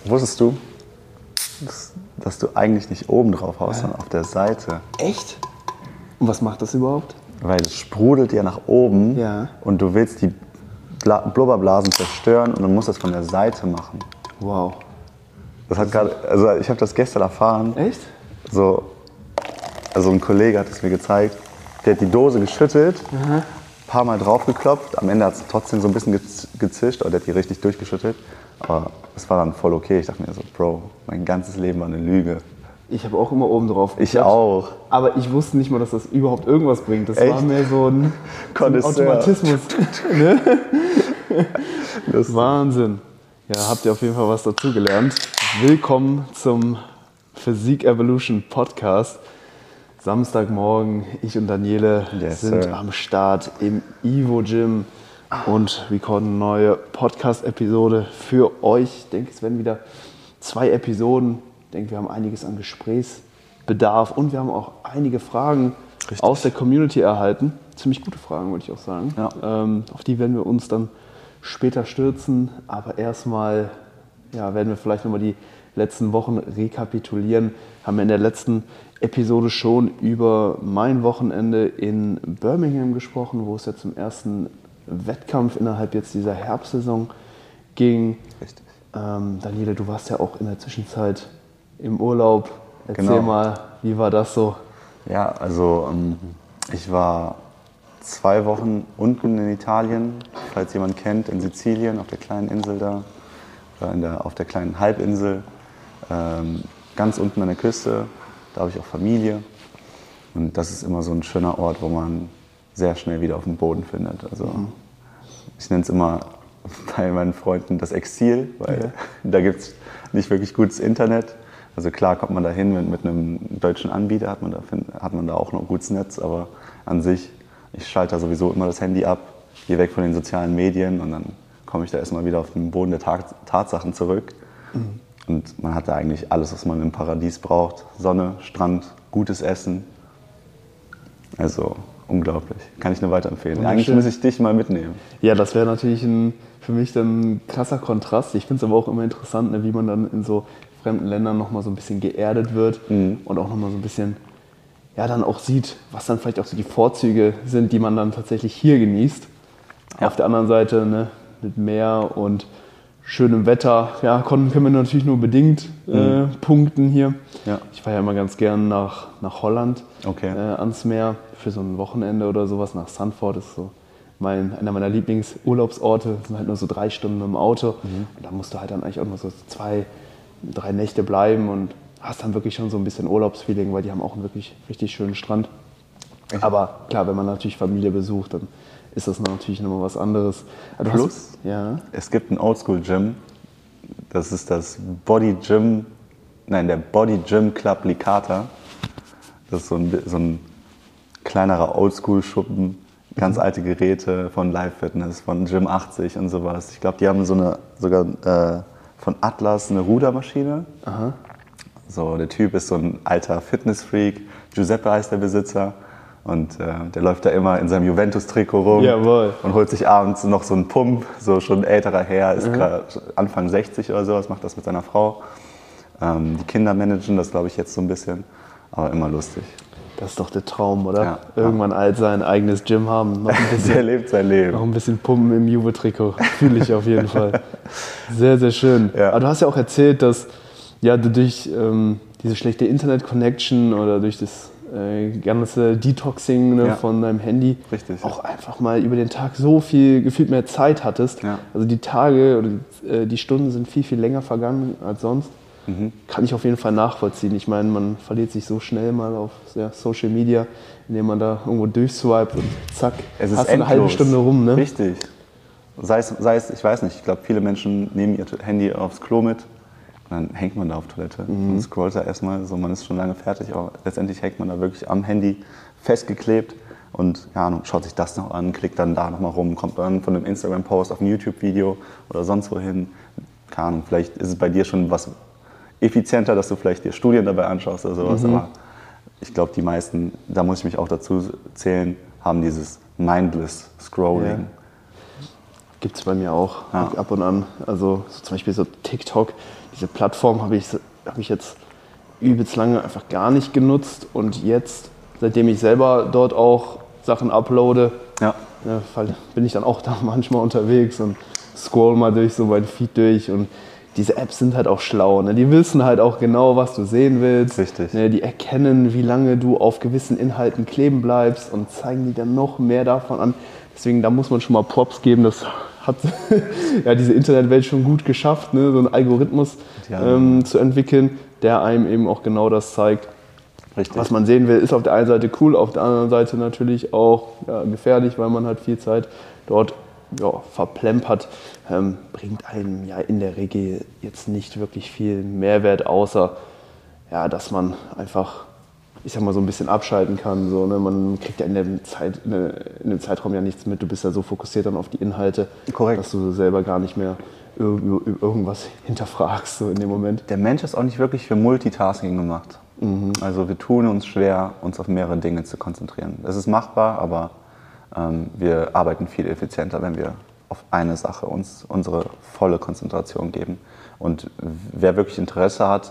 Wusstest du, dass du eigentlich nicht oben drauf haust, sondern auf der Seite? Echt? Und was macht das überhaupt? Weil es sprudelt ja nach oben und du willst die Blubberblasen zerstören und dann musst du das von der Seite machen. Wow. Das hat gerade, also ich habe das gestern erfahren. Echt? Also ein Kollege hat es mir gezeigt. Der hat die Dose geschüttet, ein paar Mal draufgeklopft. Am Ende hat es trotzdem so ein bisschen gezischt, aber der hat die richtig durchgeschüttet. Aber es war dann voll okay. Ich dachte mir so, Bro, mein ganzes Leben war eine Lüge. Ich habe auch immer oben drauf geklatscht. Ich auch. Aber ich wusste nicht mal, dass das überhaupt irgendwas bringt. Das Echt? war mehr so ein Automatismus. Ne? Wahnsinn. Ja, habt ihr auf jeden Fall was dazugelernt. Willkommen zum Physik Evolution Podcast. Samstagmorgen, ich und Daniele sind am Start im Evo Gym und recorden eine neue Podcast-Episode für euch. Ich denke, es werden wieder 2 Episoden. Ich denke, wir haben einiges an Gesprächsbedarf und wir haben auch einige Fragen aus der Community erhalten. Ziemlich gute Fragen, würde ich auch sagen. Ja. Auf die werden wir uns dann später stürzen. Aber erstmal werden wir vielleicht nochmal die letzten Wochen rekapitulieren. Haben wir in der letzten Episode schon über mein Wochenende in Birmingham gesprochen, wo es ja zum ersten Wettkampf innerhalb jetzt dieser Herbstsaison ging. Richtig. Daniele, du warst ja auch in der Zwischenzeit im Urlaub. Erzähl mal, wie war das so? Ja, also ich war 2 Wochen unten in Italien, falls jemand kennt, in Sizilien, auf der kleinen Insel da, auf der kleinen Halbinsel, ganz unten an der Küste. Da habe ich auch Familie und das ist immer so ein schöner Ort, wo man sehr schnell wieder auf den Boden findet. Also ich nenne es immer bei meinen Freunden das Exil, weil da gibt es nicht wirklich gutes Internet. Also klar kommt man da hin mit einem deutschen Anbieter, hat man da auch noch ein gutes Netz, aber an sich, ich schalte da sowieso immer das Handy ab, gehe weg von den sozialen Medien und dann komme ich da erstmal wieder auf den Boden der Tatsachen zurück. Und man hat da eigentlich alles, was man im Paradies braucht. Sonne, Strand, gutes Essen. Also unglaublich. Kann ich nur weiterempfehlen. Eigentlich muss ich dich mal mitnehmen. Ja, das wäre natürlich für mich dann ein krasser Kontrast. Ich finde es aber auch immer interessant, wie man dann in so fremden Ländern nochmal so ein bisschen geerdet wird und auch nochmal so ein bisschen dann auch sieht, was dann vielleicht auch so die Vorzüge sind, die man dann tatsächlich hier genießt. Ja. Auf der anderen Seite mit Meer und schönem Wetter, können wir natürlich nur bedingt punkten hier. Ja. Ich fahre ja immer ganz gern nach Holland ans Meer für so ein Wochenende oder sowas, nach Zandvoort. Das ist so einer meiner Lieblingsurlaubsorte. Das sind halt nur so 3 Stunden im Auto. Und da musst du halt dann eigentlich auch nur so 2, 3 Nächte bleiben und hast dann wirklich schon so ein bisschen Urlaubsfeeling, weil die haben auch einen wirklich richtig schönen Strand. Echt? Aber klar, wenn man natürlich Familie besucht, dann ist das natürlich nochmal was anderes. Plus, es gibt ein Oldschool-Gym, das ist der Body Gym Club Licata. Das ist so ein kleinerer Oldschool-Schuppen, ganz alte Geräte von Live Fitness, von Gym 80 und sowas. Ich glaube, die haben sogar von Atlas eine Rudermaschine. Aha. So, der Typ ist so ein alter Fitnessfreak, Giuseppe heißt der Besitzer. Und der läuft da immer in seinem Juventus-Trikot rum. Jawohl. Und holt sich abends noch so einen Pump, so schon ein älterer Herr, ist gerade Anfang 60 oder sowas, macht das mit seiner Frau. Die Kinder managen das, glaube ich, jetzt so ein bisschen, aber immer lustig. Das ist doch der Traum, oder? Ja. Irgendwann alt sein, eigenes Gym haben. Noch ein bisschen, der lebt sein Leben. Noch ein bisschen pumpen im Juve-Trikot, fühle ich auf jeden Fall. Sehr, sehr schön. Ja. Aber du hast ja auch erzählt, dass du durch diese schlechte Internet-Connection oder durch das ganze Detoxing von deinem Handy auch einfach mal über den Tag so viel gefühlt mehr Zeit hattest. Ja. Also die Tage oder die Stunden sind viel, viel länger vergangen als sonst. Kann ich auf jeden Fall nachvollziehen. Ich meine, man verliert sich so schnell mal auf Social Media, indem man da irgendwo durchswipet und zack, hast du eine halbe Stunde rum. Ne? Richtig. Sei es, ich weiß nicht, ich glaube, viele Menschen nehmen ihr Handy aufs Klo mit. Und dann hängt man da auf Toilette und scrollt da erstmal, so man ist schon lange fertig, aber letztendlich hängt man da wirklich am Handy festgeklebt und schaut sich das noch an, klickt dann da nochmal rum, kommt dann von einem Instagram-Post auf ein YouTube-Video oder sonst wohin. Keine Ahnung, vielleicht ist es bei dir schon was effizienter, dass du vielleicht dir Studien dabei anschaust oder sowas, aber ich glaube, die meisten, da muss ich mich auch dazu zählen, haben dieses mindless Scrolling. Ja. Gibt es bei mir auch ab und an, also so zum Beispiel so TikTok. diese Plattform habe ich jetzt übelst lange einfach gar nicht genutzt und jetzt, seitdem ich selber dort auch Sachen uploade, bin ich dann auch da manchmal unterwegs und scroll mal durch so mein Feed durch und diese Apps sind halt auch schlau, ne? Die wissen halt auch genau, was du sehen willst. Richtig. Ne? Die erkennen, wie lange du auf gewissen Inhalten kleben bleibst und zeigen dir dann noch mehr davon an. Deswegen, da muss man schon mal Props geben, das hat ja diese Internetwelt schon gut geschafft, ne? So einen Algorithmus zu entwickeln, der einem eben auch genau das zeigt, was man sehen will. Ist auf der einen Seite cool, auf der anderen Seite natürlich auch gefährlich, weil man halt viel Zeit dort verplempert, bringt einem ja in der Regel jetzt nicht wirklich viel Mehrwert, außer dass man einfach, ich sag mal, so ein bisschen abschalten kann. So, ne? Man kriegt ja in dem Zeitraum ja nichts mit, du bist ja so fokussiert dann auf die Inhalte, dass du selber gar nicht mehr irgendwas hinterfragst so in dem Moment. Der Mensch ist auch nicht wirklich für Multitasking gemacht. Also wir tun uns schwer, uns auf mehrere Dinge zu konzentrieren. Es ist machbar, aber wir arbeiten viel effizienter, wenn wir auf eine Sache uns unsere volle Konzentration geben. Und wer wirklich Interesse hat,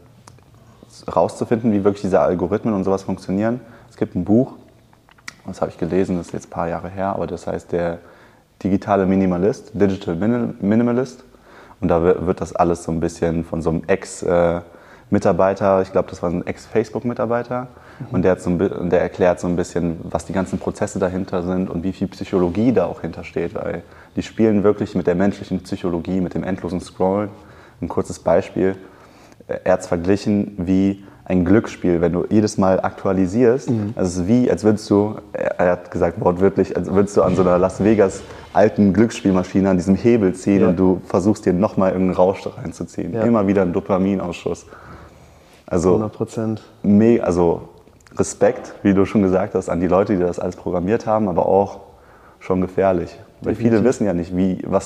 rauszufinden, wie wirklich diese Algorithmen und sowas funktionieren, es gibt ein Buch, das habe ich gelesen, das ist jetzt ein paar Jahre her, aber das heißt der digitale Minimalist, Digital Minimalist. Und da wird das alles so ein bisschen von so einem Ex-Mitarbeiter, ich glaube, das war ein Ex-Facebook-Mitarbeiter, und der erklärt so ein bisschen, was die ganzen Prozesse dahinter sind und wie viel Psychologie da auch hintersteht, weil die spielen wirklich mit der menschlichen Psychologie, mit dem endlosen Scrollen. Ein kurzes Beispiel, er hat es verglichen wie ein Glücksspiel, wenn du jedes Mal aktualisierst, also es ist wie, als würdest du, er hat gesagt wortwörtlich, als würdest du an so einer Las Vegas alten Glücksspielmaschine an diesem Hebel ziehen und du versuchst dir nochmal irgendeinen Rausch reinzuziehen. Immer wieder ein Dopaminausschuss. Also 100%. Also Respekt, wie du schon gesagt hast, an die Leute, die das alles programmiert haben, aber auch schon gefährlich. Weil viele wissen ja nicht,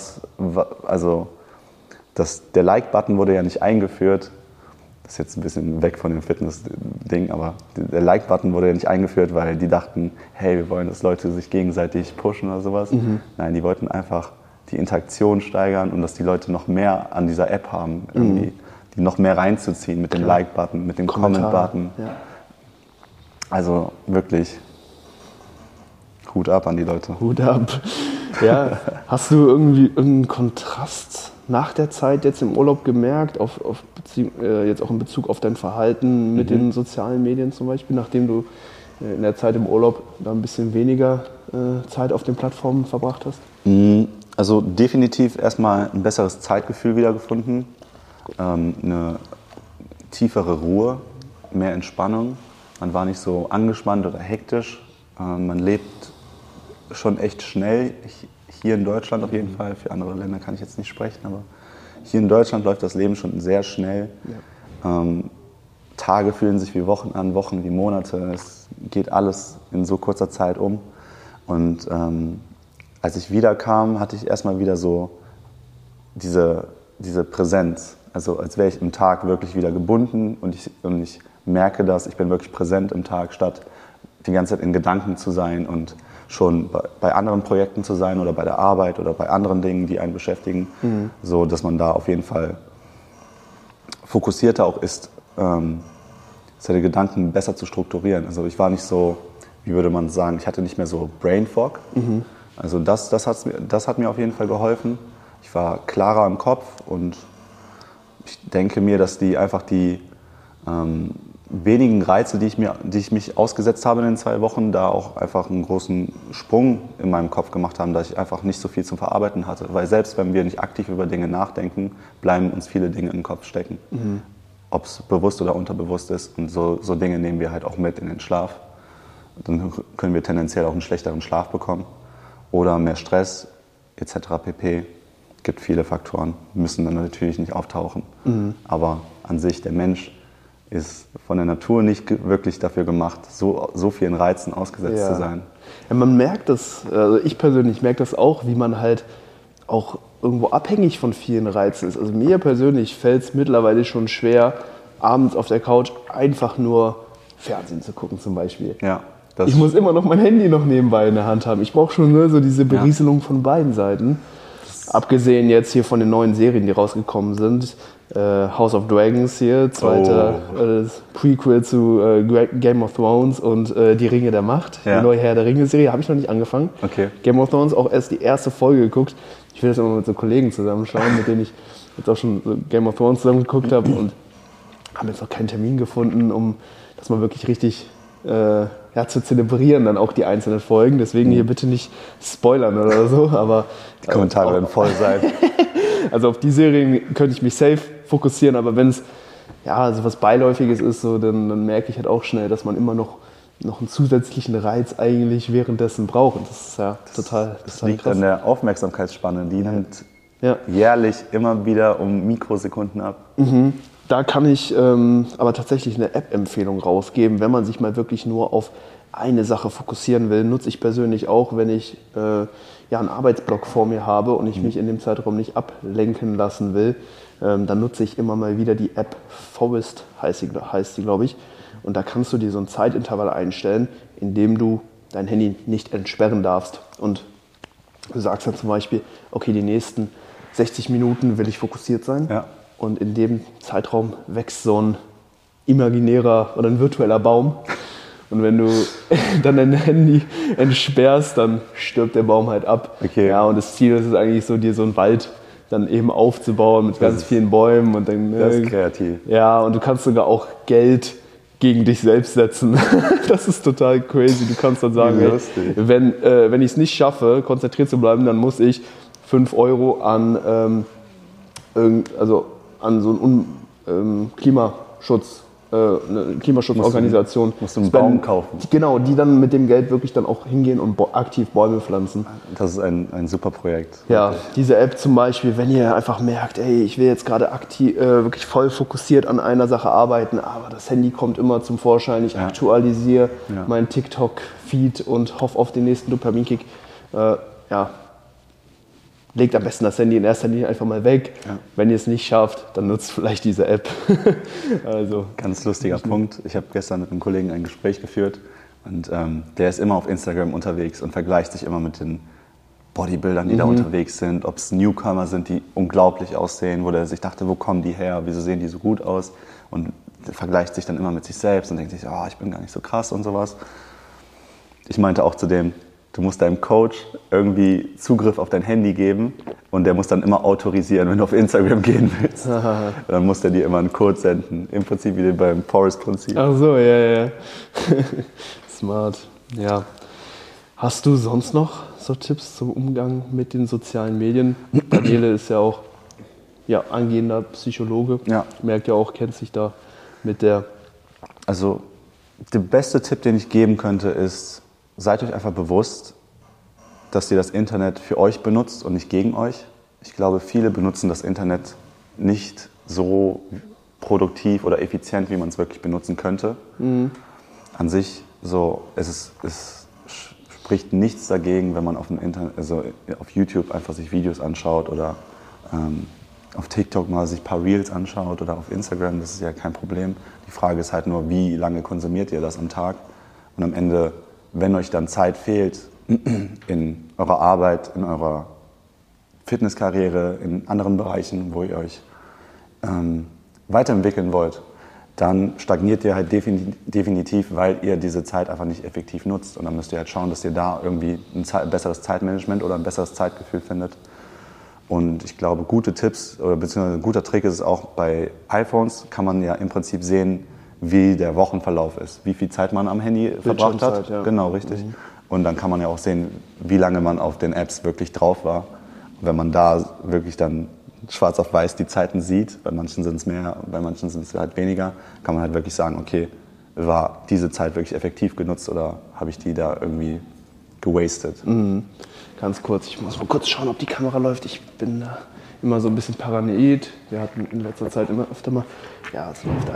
der Like-Button wurde ja nicht eingeführt. Das ist jetzt ein bisschen weg von dem Fitness-Ding, aber der Like-Button wurde ja nicht eingeführt, weil die dachten, hey, wir wollen, dass Leute sich gegenseitig pushen oder sowas. Nein, die wollten einfach die Interaktion steigern und dass die Leute noch mehr an dieser App haben, irgendwie, die noch mehr reinzuziehen mit dem Like-Button, mit dem Comment-Button. Ja. Also wirklich Hut ab an die Leute. Hut ab. Ja, hast du irgendwie irgendeinen Kontrast nach der Zeit jetzt im Urlaub gemerkt, jetzt auch in Bezug auf dein Verhalten mit den sozialen Medien zum Beispiel, nachdem du in der Zeit im Urlaub da ein bisschen weniger Zeit auf den Plattformen verbracht hast? Also definitiv erstmal ein besseres Zeitgefühl wiedergefunden, eine tiefere Ruhe, mehr Entspannung. Man war nicht so angespannt oder hektisch. Man lebt schon echt schnell. Hier in Deutschland auf jeden Fall. Für andere Länder kann ich jetzt nicht sprechen, aber hier in Deutschland läuft das Leben schon sehr schnell. Ja. Tage fühlen sich wie Wochen an, Wochen wie Monate. Es geht alles in so kurzer Zeit um. Und als ich wiederkam, hatte ich erstmal wieder so diese Präsenz. Also als wäre ich im Tag wirklich wieder gebunden und ich merke das, ich bin wirklich präsent im Tag, statt die ganze Zeit in Gedanken zu sein und schon bei anderen Projekten zu sein oder bei der Arbeit oder bei anderen Dingen, die einen beschäftigen, so dass man da auf jeden Fall fokussierter auch ist, seine Gedanken besser zu strukturieren. Also ich war nicht so, wie würde man sagen, ich hatte nicht mehr so Brain Fog. Also das hat mir auf jeden Fall geholfen. Ich war klarer im Kopf und ich denke mir, dass die wenigen Reize, die ich mich ausgesetzt habe in den 2 Wochen, da auch einfach einen großen Sprung in meinem Kopf gemacht haben, dass ich einfach nicht so viel zum Verarbeiten hatte. Weil selbst wenn wir nicht aktiv über Dinge nachdenken, bleiben uns viele Dinge im Kopf stecken. Ob es bewusst oder unterbewusst ist. Und so Dinge nehmen wir halt auch mit in den Schlaf. Dann können wir tendenziell auch einen schlechteren Schlaf bekommen. Oder mehr Stress etc. pp. Gibt viele Faktoren, müssen dann natürlich nicht auftauchen. Aber an sich, der Mensch ist von der Natur nicht wirklich dafür gemacht, so vielen Reizen ausgesetzt zu sein. Ja, man merkt das, also ich persönlich merke das auch, wie man halt auch irgendwo abhängig von vielen Reizen ist. Also mir persönlich fällt es mittlerweile schon schwer, abends auf der Couch einfach nur Fernsehen zu gucken zum Beispiel. Ja, ich muss immer noch mein Handy noch nebenbei in der Hand haben. Ich brauche schon nur so diese Berieselung von beiden Seiten. Abgesehen jetzt hier von den neuen Serien, die rausgekommen sind, House of Dragons hier, zweiter Prequel zu Game of Thrones und die Ringe der Macht, die neue Herr der Ringe-Serie, habe ich noch nicht angefangen. Okay. Game of Thrones auch erst die erste Folge geguckt. Ich will das immer mit so Kollegen zusammenschauen, mit denen ich jetzt auch schon so Game of Thrones zusammen geguckt habe und haben jetzt noch keinen Termin gefunden, um das mal wirklich richtig zu zelebrieren, dann auch die einzelnen Folgen. Deswegen hier bitte nicht spoilern oder so, aber die Kommentare werden voll sein. Also auf die Serien könnte ich mich safe fokussieren, aber wenn es so was Beiläufiges ist, so, dann merke ich halt auch schnell, dass man immer noch einen zusätzlichen Reiz eigentlich währenddessen braucht. Und das ist ja total liegt krass. An der Aufmerksamkeitsspanne, die nimmt jährlich immer wieder um Mikrosekunden ab. Mhm. Da kann ich aber tatsächlich eine App-Empfehlung rausgeben, wenn man sich mal wirklich nur auf eine Sache fokussieren will. Nutze ich persönlich auch, wenn ich einen Arbeitsblock vor mir habe und ich mich in dem Zeitraum nicht ablenken lassen will. Dann nutze ich immer mal wieder die App Forest, heißt die, glaube ich. Und da kannst du dir so ein Zeitintervall einstellen, in dem du dein Handy nicht entsperren darfst. Und du sagst dann zum Beispiel, okay, die nächsten 60 Minuten will ich fokussiert sein. Ja. Und in dem Zeitraum wächst so ein imaginärer oder ein virtueller Baum. Und wenn du dann dein Handy entsperrst, dann stirbt der Baum halt ab. Okay. Ja, und das Ziel ist es eigentlich so, dir so einen Wald dann eben aufzubauen mit ganz vielen Bäumen. Und dann, das ist kreativ. Ja, und du kannst sogar auch Geld gegen dich selbst setzen. Das ist total crazy. Du kannst dann sagen, wenn ich es nicht schaffe, konzentriert zu bleiben, dann muss ich 5 Euro an so einen eine Klimaschutzorganisation. Musst du einen Baum kaufen. Genau, die dann mit dem Geld wirklich dann auch hingehen und aktiv Bäume pflanzen. Das ist ein super Projekt. Ja, wirklich. diese App zum Beispiel, wenn ihr einfach merkt, ich will jetzt gerade aktiv, wirklich voll fokussiert an einer Sache arbeiten, aber das Handy kommt immer zum Vorschein, ich aktualisiere meinen TikTok-Feed und hoffe auf den nächsten Dopaminkick. Legt am besten das Handy in erster Linie einfach mal weg. Ja. Wenn ihr es nicht schafft, dann nutzt vielleicht diese App. Also, ganz lustiger Punkt. Ich habe gestern mit einem Kollegen ein Gespräch geführt und der ist immer auf Instagram unterwegs und vergleicht sich immer mit den Bodybuildern, die da unterwegs sind. Ob es Newcomer sind, die unglaublich aussehen, wo der sich dachte, wo kommen die her, wieso sehen die so gut aus? Und vergleicht sich dann immer mit sich selbst und denkt sich, ich bin gar nicht so krass und sowas. Ich meinte auch zu dem, du musst deinem Coach irgendwie Zugriff auf dein Handy geben und der muss dann immer autorisieren, wenn du auf Instagram gehen willst. Dann muss der dir immer einen Code senden. Im Prinzip wie beim Forest-Prinzip. Ach so, ja. Smart, ja. Hast du sonst noch so Tipps zum Umgang mit den sozialen Medien? Daniele ist ja auch angehender Psychologe. Ja. Merkt ja auch, kennt sich da mit der... Also der beste Tipp, den ich geben könnte, ist, seid euch einfach bewusst, dass ihr das Internet für euch benutzt und nicht gegen euch. Ich glaube, viele benutzen das Internet nicht so produktiv oder effizient, wie man es wirklich benutzen könnte. An sich, es spricht nichts dagegen, wenn man auf dem Internet, also auf YouTube einfach sich Videos anschaut oder auf TikTok mal sich ein paar Reels anschaut oder auf Instagram, das ist ja kein Problem. Die Frage ist halt nur, wie lange konsumiert ihr das am Tag? Und am Ende, wenn euch dann Zeit fehlt in eurer Arbeit, in eurer Fitnesskarriere, in anderen Bereichen, wo ihr euch weiterentwickeln wollt, dann stagniert ihr halt definitiv, weil ihr diese Zeit einfach nicht effektiv nutzt. Und dann müsst ihr halt schauen, dass ihr da irgendwie ein besseres Zeitmanagement oder ein besseres Zeitgefühl findet. Und ich glaube, gute Tipps oder beziehungsweise ein guter Trick ist es auch bei iPhones, kann man ja im Prinzip sehen, wie der Wochenverlauf ist, wie viel Zeit man am Handy verbracht hat. Ja. Genau, richtig. Und dann kann man ja auch sehen, wie lange man auf den Apps wirklich drauf war. Und wenn man da wirklich dann schwarz auf weiß die Zeiten sieht, bei manchen sind es mehr, bei manchen sind es halt weniger, kann man halt wirklich sagen, okay, war diese Zeit wirklich effektiv genutzt oder habe ich die da irgendwie gewastet? Ganz kurz, ich muss mal kurz schauen, ob die Kamera läuft. Ich bin da immer so ein bisschen paranoid. Wir hatten in letzter Zeit immer öfter mal, es läuft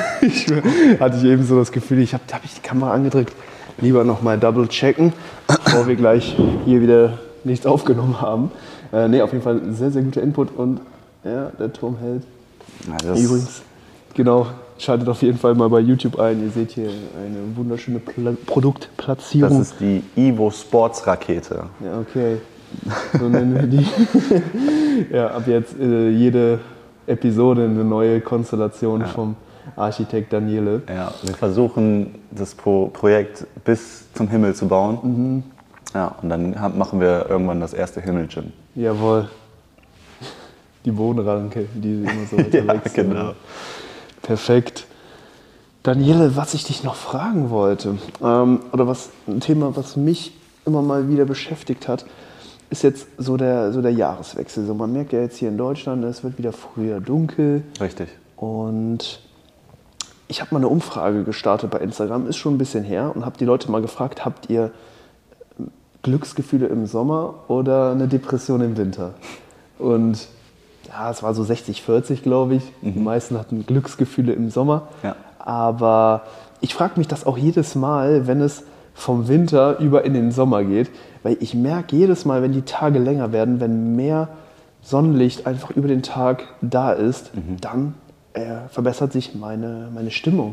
alles. Hatte ich eben so das Gefühl, habe ich die Kamera angedrückt. Lieber nochmal double checken, bevor wir gleich hier wieder nichts aufgenommen haben. Auf jeden Fall sehr, sehr guter Input und der Turm hält. Ja, übrigens, genau, schaltet auf jeden Fall mal bei YouTube ein. Ihr seht hier eine wunderschöne Produktplatzierung. Das ist die Evo Sports Rakete. Ja, okay. So nennen wir die. Ja, ab jetzt jede Episode eine neue Konstellation vom Architekt Daniele. Ja, wir versuchen das Projekt bis zum Himmel zu bauen. Ja, und dann machen wir irgendwann das erste Himmelgym. Jawohl. Die Bodenranke, die immer so weiter Ja, wächst. genau. Perfekt. Daniele, was ich dich noch fragen wollte, oder ein Thema, was mich immer mal wieder beschäftigt hat, ist jetzt so der Jahreswechsel. So, man merkt ja jetzt hier in Deutschland, es wird wieder früher dunkel. Richtig. Und ich habe mal eine Umfrage gestartet bei Instagram, ist schon ein bisschen her, und habe die Leute mal gefragt, habt ihr Glücksgefühle im Sommer oder eine Depression im Winter? Und ja, es war so 60-40, glaube ich. Die meisten hatten Glücksgefühle im Sommer. Ja. Aber ich frage mich das auch jedes Mal, wenn es vom Winter über in den Sommer geht. Weil ich merke jedes Mal, wenn die Tage länger werden, wenn mehr Sonnenlicht einfach über den Tag da ist, dann verbessert sich meine Stimmung.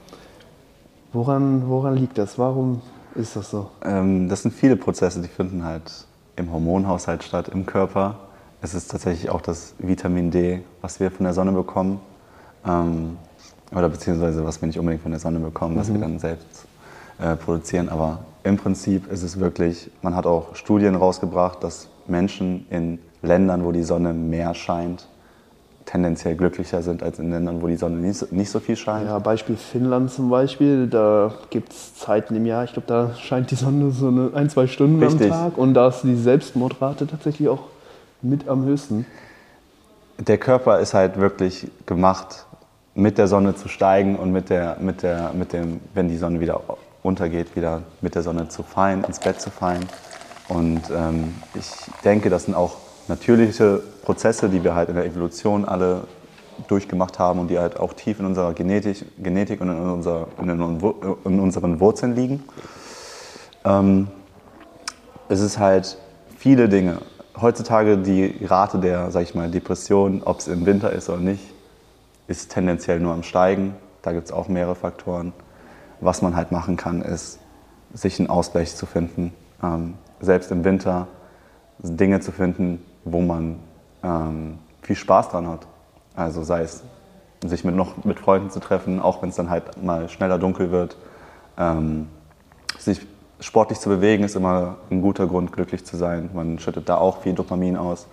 Woran liegt das? Warum ist das so? Das sind viele Prozesse, die finden halt im Hormonhaushalt statt, im Körper. Es ist tatsächlich auch das Vitamin D, was wir von der Sonne bekommen. Oder beziehungsweise was wir nicht unbedingt von der Sonne bekommen, was wir dann selbst produzieren. Aber im Prinzip ist es wirklich, man hat auch Studien rausgebracht, dass Menschen in Ländern, wo die Sonne mehr scheint, tendenziell glücklicher sind als in Ländern, wo die Sonne nicht so viel scheint. Ja, Beispiel Finnland zum Beispiel, da gibt es Zeiten im Jahr, ich glaube, da scheint die Sonne so 1-2 Stunden am Tag, und da ist die Selbstmordrate tatsächlich auch mit am höchsten. Der Körper ist halt wirklich gemacht, mit der Sonne zu steigen und wenn die Sonne wieder untergeht, wieder mit der Sonne zu fallen, ins Bett zu fallen. Und ich denke, das sind auch natürliche Prozesse, die wir halt in der Evolution alle durchgemacht haben und die halt auch tief in unserer Genetik und in unseren Wurzeln liegen. Es ist halt viele Dinge. Heutzutage die Rate der, sag ich mal, Depression, ob es im Winter ist oder nicht, ist tendenziell nur am Steigen. Da gibt es auch mehrere Faktoren. Was man halt machen kann, ist, sich einen Ausgleich zu finden. Selbst im Winter Dinge zu finden, wo man viel Spaß dran hat. Also sei es, sich mit Freunden zu treffen, auch wenn es dann halt mal schneller dunkel wird. Sich sportlich zu bewegen ist immer ein guter Grund, glücklich zu sein. Man schüttet da auch viel Dopamin aus.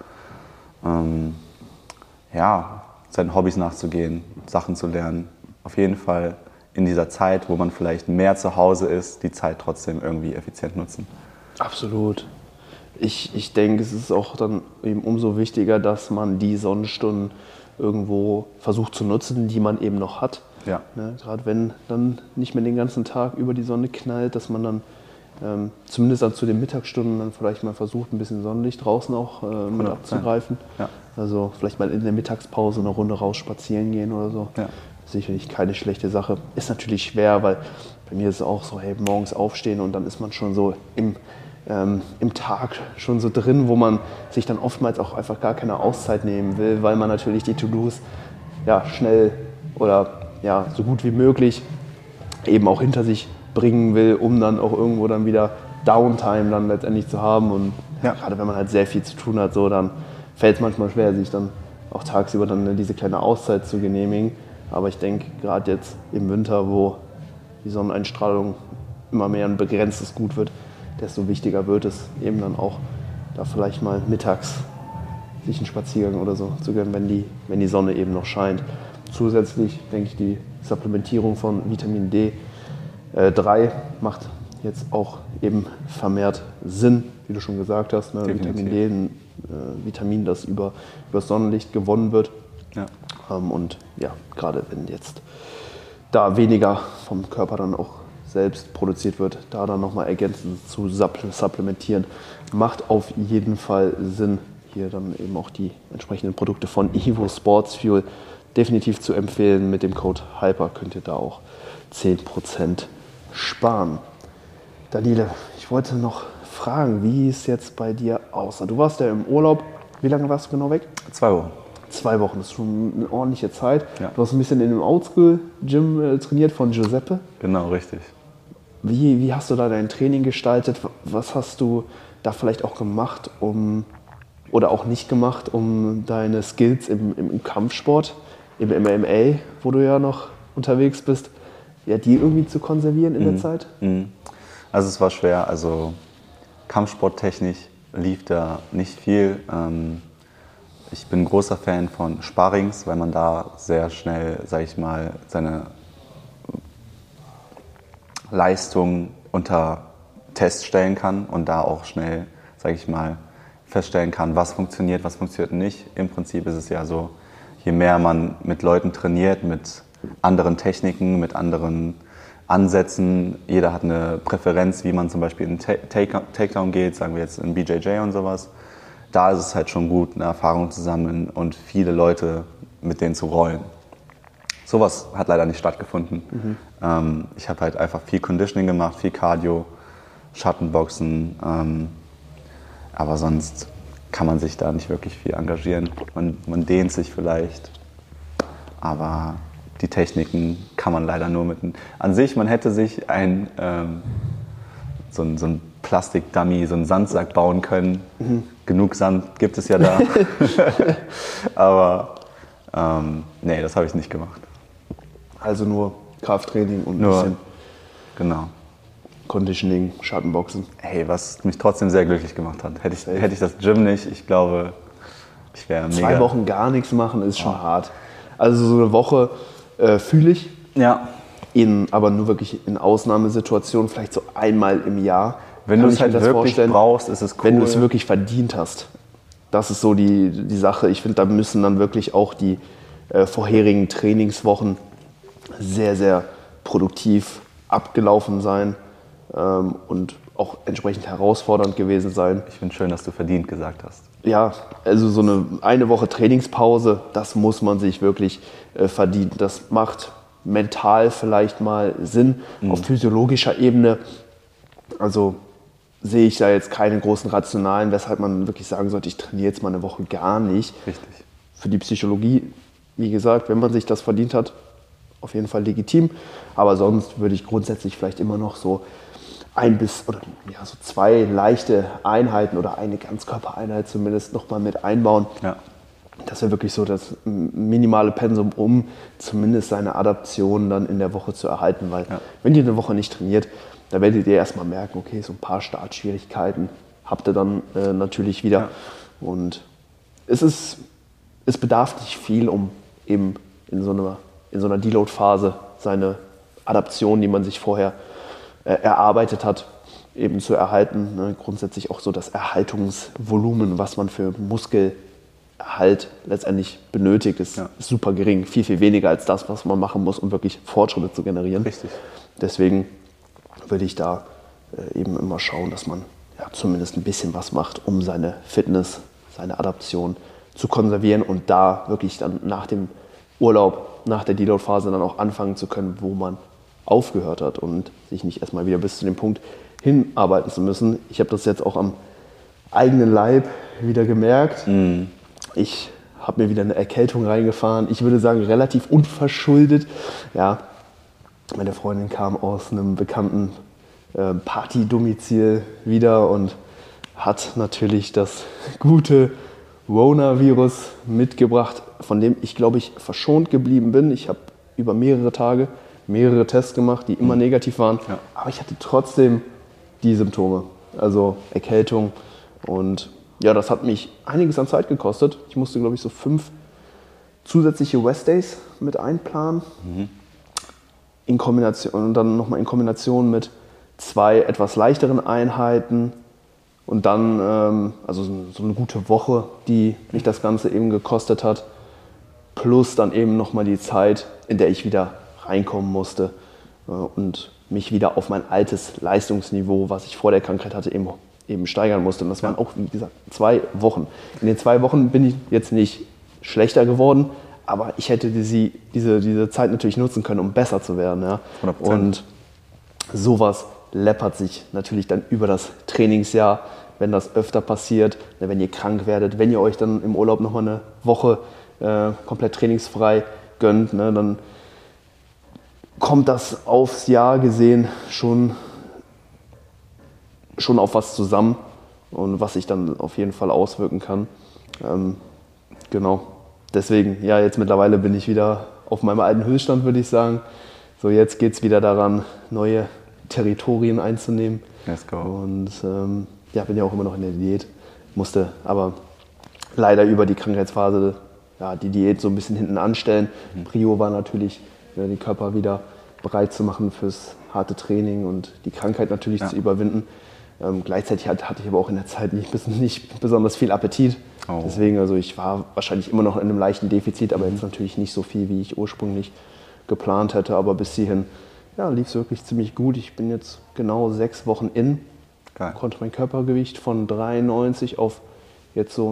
Seinen Hobbys nachzugehen, Sachen zu lernen. Auf jeden Fall in dieser Zeit, wo man vielleicht mehr zu Hause ist, die Zeit trotzdem irgendwie effizient nutzen. Absolut. Ich denke, es ist auch dann eben umso wichtiger, dass man die Sonnenstunden irgendwo versucht zu nutzen, die man eben noch hat. Ja. Ne, gerade wenn dann nicht mehr den ganzen Tag über die Sonne knallt, dass man dann zumindest dann zu den Mittagsstunden dann vielleicht mal versucht, ein bisschen Sonnenlicht draußen auch mit abzugreifen. Ja. Also vielleicht mal in der Mittagspause eine Runde raus spazieren gehen oder so. Ja. Sicherlich keine schlechte Sache. Ist natürlich schwer, weil bei mir ist es auch so, hey, morgens aufstehen und dann ist man schon so im Tag schon so drin, wo man sich dann oftmals auch einfach gar keine Auszeit nehmen will, weil man natürlich die To-Dos schnell oder so gut wie möglich eben auch hinter sich bringen will, um dann auch irgendwo dann wieder Downtime dann letztendlich zu haben. Und gerade wenn man halt sehr viel zu tun hat, so, dann fällt es manchmal schwer, sich dann auch tagsüber dann diese kleine Auszeit zu genehmigen. Aber ich denke, gerade jetzt im Winter, wo die Sonneneinstrahlung immer mehr ein begrenztes Gut wird, desto wichtiger wird es eben dann auch, da vielleicht mal mittags sich einen Spaziergang oder so zu gönnen, wenn die Sonne eben noch scheint. Zusätzlich denke ich, die Supplementierung von Vitamin D3 macht jetzt auch eben vermehrt Sinn, wie du schon gesagt hast. Ne? Vitamin D, ein Vitamin, das über das Sonnenlicht gewonnen wird. Ja. Und gerade wenn jetzt da weniger vom Körper dann auch selbst produziert wird, da dann nochmal ergänzend zu supplementieren, macht auf jeden Fall Sinn. Hier dann eben auch die entsprechenden Produkte von Evo Sports Fuel definitiv zu empfehlen. Mit dem Code HYPER könnt ihr da auch 10% sparen. Daniele, ich wollte noch fragen, wie es jetzt bei dir aussah. Du warst ja im Urlaub. Wie lange warst du genau weg? 2 Wochen. 2 Wochen, das ist schon eine ordentliche Zeit. Ja. Du hast ein bisschen in dem Oldschool-Gym trainiert von Giuseppe. Genau, richtig. Wie hast du da dein Training gestaltet? Was hast du da vielleicht auch gemacht, um oder auch nicht gemacht, um deine Skills im Kampfsport, im MMA, wo du ja noch unterwegs bist, ja, die irgendwie zu konservieren in der Zeit? Also es war schwer, also kampfsporttechnisch lief da nicht viel. Ich bin ein großer Fan von Sparrings, weil man da sehr schnell, sage ich mal, seine Leistung unter Test stellen kann und da auch schnell, sage ich mal, feststellen kann, was funktioniert nicht. Im Prinzip ist es ja so, je mehr man mit Leuten trainiert, mit anderen Techniken, mit anderen Ansätzen, jeder hat eine Präferenz, wie man zum Beispiel in Takedown geht, sagen wir jetzt in BJJ und sowas. Da ist es halt schon gut, eine Erfahrung zu sammeln und viele Leute mit denen zu rollen. Sowas hat leider nicht stattgefunden. Ich habe halt einfach viel Conditioning gemacht, viel Cardio, Schattenboxen, aber sonst kann man sich da nicht wirklich viel engagieren. Man dehnt sich vielleicht, aber die Techniken kann man leider nur mit... An sich, man hätte sich so ein Plastikdummy, so einen Sandsack bauen können. Genug Sand gibt es ja da. Aber nee, das habe ich nicht gemacht. Also nur Krafttraining und ein bisschen genau. Conditioning, Schattenboxen. Hey, was mich trotzdem sehr glücklich gemacht hat. Hätte ich das Gym nicht, ich glaube, ich wäre mega... 2 Wochen gar nichts machen ist schon hart. Also so eine Woche fühle ich. Ja. Aber nur wirklich in Ausnahmesituationen, vielleicht so einmal im Jahr. Wenn du es halt wirklich brauchst, ist es cool. Wenn du es wirklich verdient hast. Das ist so die Sache. Ich finde, da müssen dann wirklich auch die vorherigen Trainingswochen sehr, sehr produktiv abgelaufen sein und auch entsprechend herausfordernd gewesen sein. Ich finde schön, dass du verdient gesagt hast. Ja, also so eine Woche Trainingspause, das muss man sich wirklich verdienen. Das macht mental vielleicht mal Sinn, auf physiologischer Ebene. Also sehe ich da jetzt keine großen Rationalen, weshalb man wirklich sagen sollte, ich trainiere jetzt mal eine Woche gar nicht. Richtig. Für die Psychologie, wie gesagt, wenn man sich das verdient hat, auf jeden Fall legitim. Aber sonst würde ich grundsätzlich vielleicht immer noch so 2 leichte Einheiten oder eine Ganzkörpereinheit zumindest noch mal mit einbauen. Ja. Das wäre wirklich so das minimale Pensum, um zumindest seine Adaption dann in der Woche zu erhalten. Weil wenn ihr eine Woche nicht trainiert, da werdet ihr erstmal merken, okay, so ein paar Startschwierigkeiten habt ihr dann natürlich wieder. Ja. Und es bedarf nicht viel, um eben in so einer Deload-Phase seine Adaption, die man sich vorher erarbeitet hat, eben zu erhalten. Ne? Grundsätzlich auch so das Erhaltungsvolumen, was man für Muskelerhalt letztendlich benötigt, ist super gering. Viel, viel weniger als das, was man machen muss, um wirklich Fortschritte zu generieren. Richtig. Deswegen würde ich da eben immer schauen, dass man zumindest ein bisschen was macht, um seine Fitness, seine Adaption zu konservieren und da wirklich dann nach dem Urlaub, nach der Deload-Phase dann auch anfangen zu können, wo man aufgehört hat und sich nicht erstmal wieder bis zu dem Punkt hinarbeiten zu müssen. Ich habe das jetzt auch am eigenen Leib wieder gemerkt. Ich habe mir wieder eine Erkältung reingefahren. Ich würde sagen, relativ unverschuldet. Ja, meine Freundin kam aus einem bekannten Partydomizil wieder und hat natürlich das gute Rona-Virus mitgebracht, von dem ich, glaube ich, verschont geblieben bin. Ich habe über mehrere Tage mehrere Tests gemacht, die immer negativ waren. Ja. Aber ich hatte trotzdem die Symptome, also Erkältung. Und ja, das hat mich einiges an Zeit gekostet. Ich musste, glaube ich, so 5 zusätzliche Rest-Days mit einplanen. In Kombination, und dann nochmal in Kombination mit 2 etwas leichteren Einheiten. Und dann, also so eine gute Woche, die mich das Ganze eben gekostet hat. Plus dann eben nochmal die Zeit, in der ich wieder reinkommen musste und mich wieder auf mein altes Leistungsniveau, was ich vor der Krankheit hatte, eben steigern musste. Und das waren auch, wie gesagt, 2 Wochen. In den 2 Wochen bin ich jetzt nicht schlechter geworden, aber ich hätte diese Zeit natürlich nutzen können, um besser zu werden. Ja. 100%. Und sowas läppert sich natürlich dann über das Trainingsjahr, wenn das öfter passiert, wenn ihr krank werdet, wenn ihr euch dann im Urlaub nochmal eine Woche komplett trainingsfrei gönnt, ne, dann kommt das aufs Jahr gesehen schon auf was zusammen. und was sich dann auf jeden Fall auswirken kann. Genau. Deswegen, ja, jetzt mittlerweile bin ich wieder auf meinem alten Höchststand, würde ich sagen. So, jetzt geht es wieder daran, neue Territorien einzunehmen. Let's go. Und ja, bin ja auch immer noch in der Diät. Musste aber leider über die Krankheitsphase die Diät so ein bisschen hinten anstellen. Prio war natürlich, den Körper wieder bereit zu machen fürs harte Training und die Krankheit natürlich zu überwinden. Gleichzeitig hatte ich aber auch in der Zeit nicht besonders viel Appetit. Oh. Deswegen, also ich war wahrscheinlich immer noch in einem leichten Defizit, aber jetzt natürlich nicht so viel, wie ich ursprünglich geplant hätte. Aber bis hierhin lief es wirklich ziemlich gut. Ich bin jetzt genau 6 Wochen in. Geil. Konnte mein Körpergewicht von 93 auf jetzt so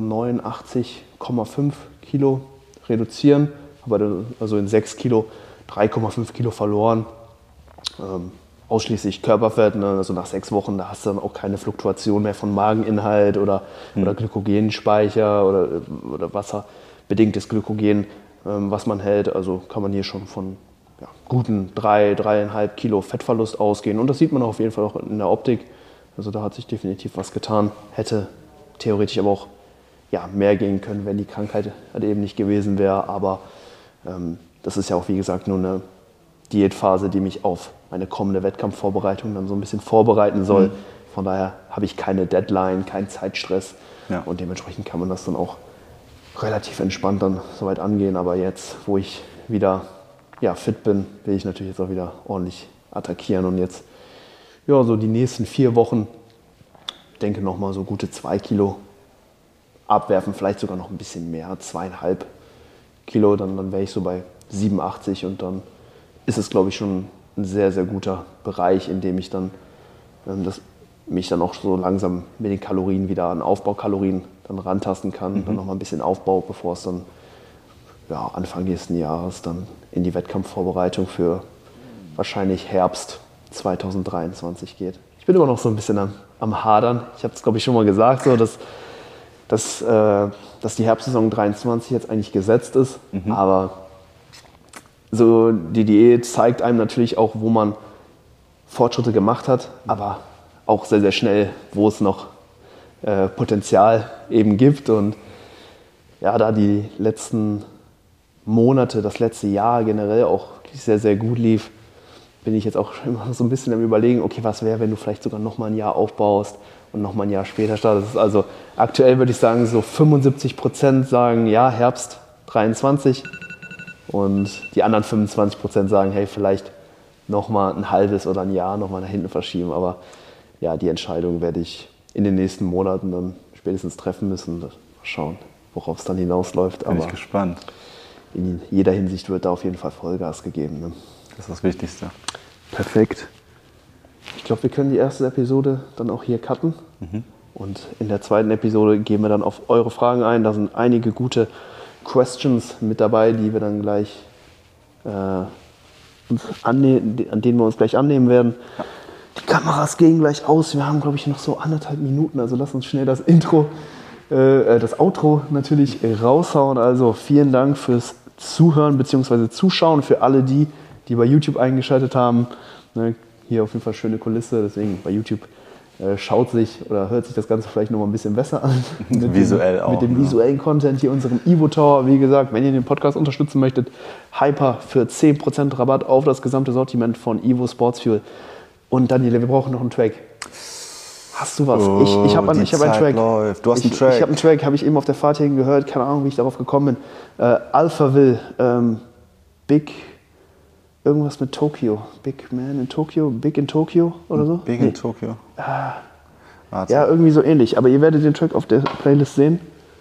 89,5 Kilo reduzieren. Aber also in 6 Kilo 3,5 Kilo verloren. Ausschließlich Körperfett, ne? Also nach 6 Wochen, da hast du dann auch keine Fluktuation mehr von Mageninhalt oder Glykogenspeicher oder wasserbedingtes Glykogen, was man hält. Also kann man hier schon von guten 3,5 Kilo Fettverlust ausgehen. Und das sieht man auf jeden Fall auch in der Optik. Also da hat sich definitiv was getan. Hätte theoretisch aber auch mehr gehen können, wenn die Krankheit halt eben nicht gewesen wäre. Aber das ist ja auch, wie gesagt, nur eine Diätphase, die mich auf meine kommende Wettkampfvorbereitung dann so ein bisschen vorbereiten soll. Von daher habe ich keine Deadline, keinen Zeitstress. Ja. Und dementsprechend kann man das dann auch relativ entspannt dann soweit angehen. Aber jetzt, wo ich wieder fit bin, will ich natürlich jetzt auch wieder ordentlich attackieren. Und jetzt, so die nächsten 4 Wochen, denke nochmal so gute 2 Kilo abwerfen, vielleicht sogar noch ein bisschen mehr, 2,5 Kilo. Dann wäre ich so bei 87 und dann ist es, glaube ich, schon ein sehr, sehr guter Bereich, in dem ich dann mich dann auch so langsam mit den Kalorien wieder an Aufbaukalorien dann rantasten kann. Dann nochmal ein bisschen Aufbau, bevor es dann Anfang nächsten Jahres dann in die Wettkampfvorbereitung für wahrscheinlich Herbst 2023 geht. Ich bin immer noch so ein bisschen am Hadern. Ich habe es, glaube ich, schon mal gesagt, so, dass die Herbstsaison 23 jetzt eigentlich gesetzt ist. Aber so die Diät zeigt einem natürlich auch, wo man Fortschritte gemacht hat, aber auch sehr, sehr schnell, wo es noch Potenzial eben gibt. Und da die letzten Monate, das letzte Jahr generell auch sehr, sehr gut lief, bin ich jetzt auch immer so ein bisschen am Überlegen, okay, was wäre, wenn du vielleicht sogar nochmal ein Jahr aufbaust und nochmal ein Jahr später startest. Also aktuell würde ich sagen, so 75% sagen, Herbst 23. Und die anderen 25% sagen, hey, vielleicht nochmal ein halbes oder ein Jahr nochmal nach hinten verschieben. Aber die Entscheidung werde ich in den nächsten Monaten dann spätestens treffen müssen. Mal schauen, worauf es dann hinausläuft. Bin ich gespannt. In jeder Hinsicht wird da auf jeden Fall Vollgas gegeben. Ne? Das ist das Wichtigste. Perfekt. Ich glaube, wir können die erste Episode dann auch hier cutten. Und in der zweiten Episode gehen wir dann auf eure Fragen ein. Da sind einige gute Questions mit dabei, die wir dann gleich an denen wir uns gleich annehmen werden. Ja. Die Kameras gehen gleich aus. Wir haben, glaube ich, noch so 1,5 Minuten. Also lass uns schnell das Outro natürlich raushauen. Also vielen Dank fürs Zuhören bzw. Zuschauen. Für alle die bei YouTube eingeschaltet haben. Ne, hier auf jeden Fall schöne Kulisse. Deswegen bei YouTube schaut sich oder hört sich das Ganze vielleicht noch mal ein bisschen besser an. Visuell auch. Mit dem visuellen Content hier, unserem Evo Tower. Wie gesagt, wenn ihr den Podcast unterstützen möchtet, Hyper für 10% Rabatt auf das gesamte Sortiment von Evo Sports Fuel. Und Daniele, wir brauchen noch einen Track. Hast du was? Ich habe einen Track. Läuft. Du hast einen Track. Ich habe einen Track, habe ich eben auf der Fahrt hierhin gehört. Keine Ahnung, wie ich darauf gekommen bin. Alphaville, Big... Irgendwas mit Tokio. Big Man in Tokio? Big in Tokio oder so? Big in Tokio. Ja, irgendwie so ähnlich. Aber ihr werdet den Track auf der Playlist sehen.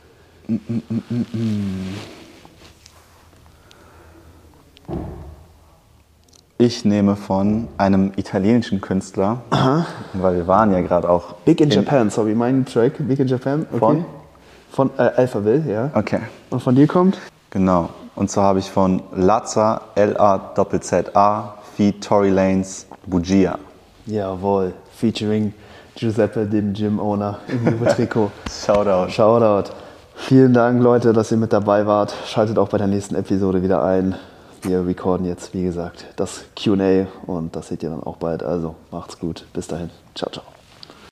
Ich nehme von einem italienischen Künstler, weil wir waren ja gerade auch... Big in Japan, sorry, mein Track. Big in Japan, okay. Von Alphaville, ja. Okay. Und von dir kommt? Genau. Und zwar habe ich von Lazza, Lazza, feat. Tory Lanez, Bugia. Jawohl, featuring Giuseppe, dem Gym-Owner im Juve-Trikot. Shoutout. Vielen Dank, Leute, dass ihr mit dabei wart. Schaltet auch bei der nächsten Episode wieder ein. Wir recorden jetzt, wie gesagt, das Q&A und das seht ihr dann auch bald. Also macht's gut. Bis dahin. Ciao, ciao.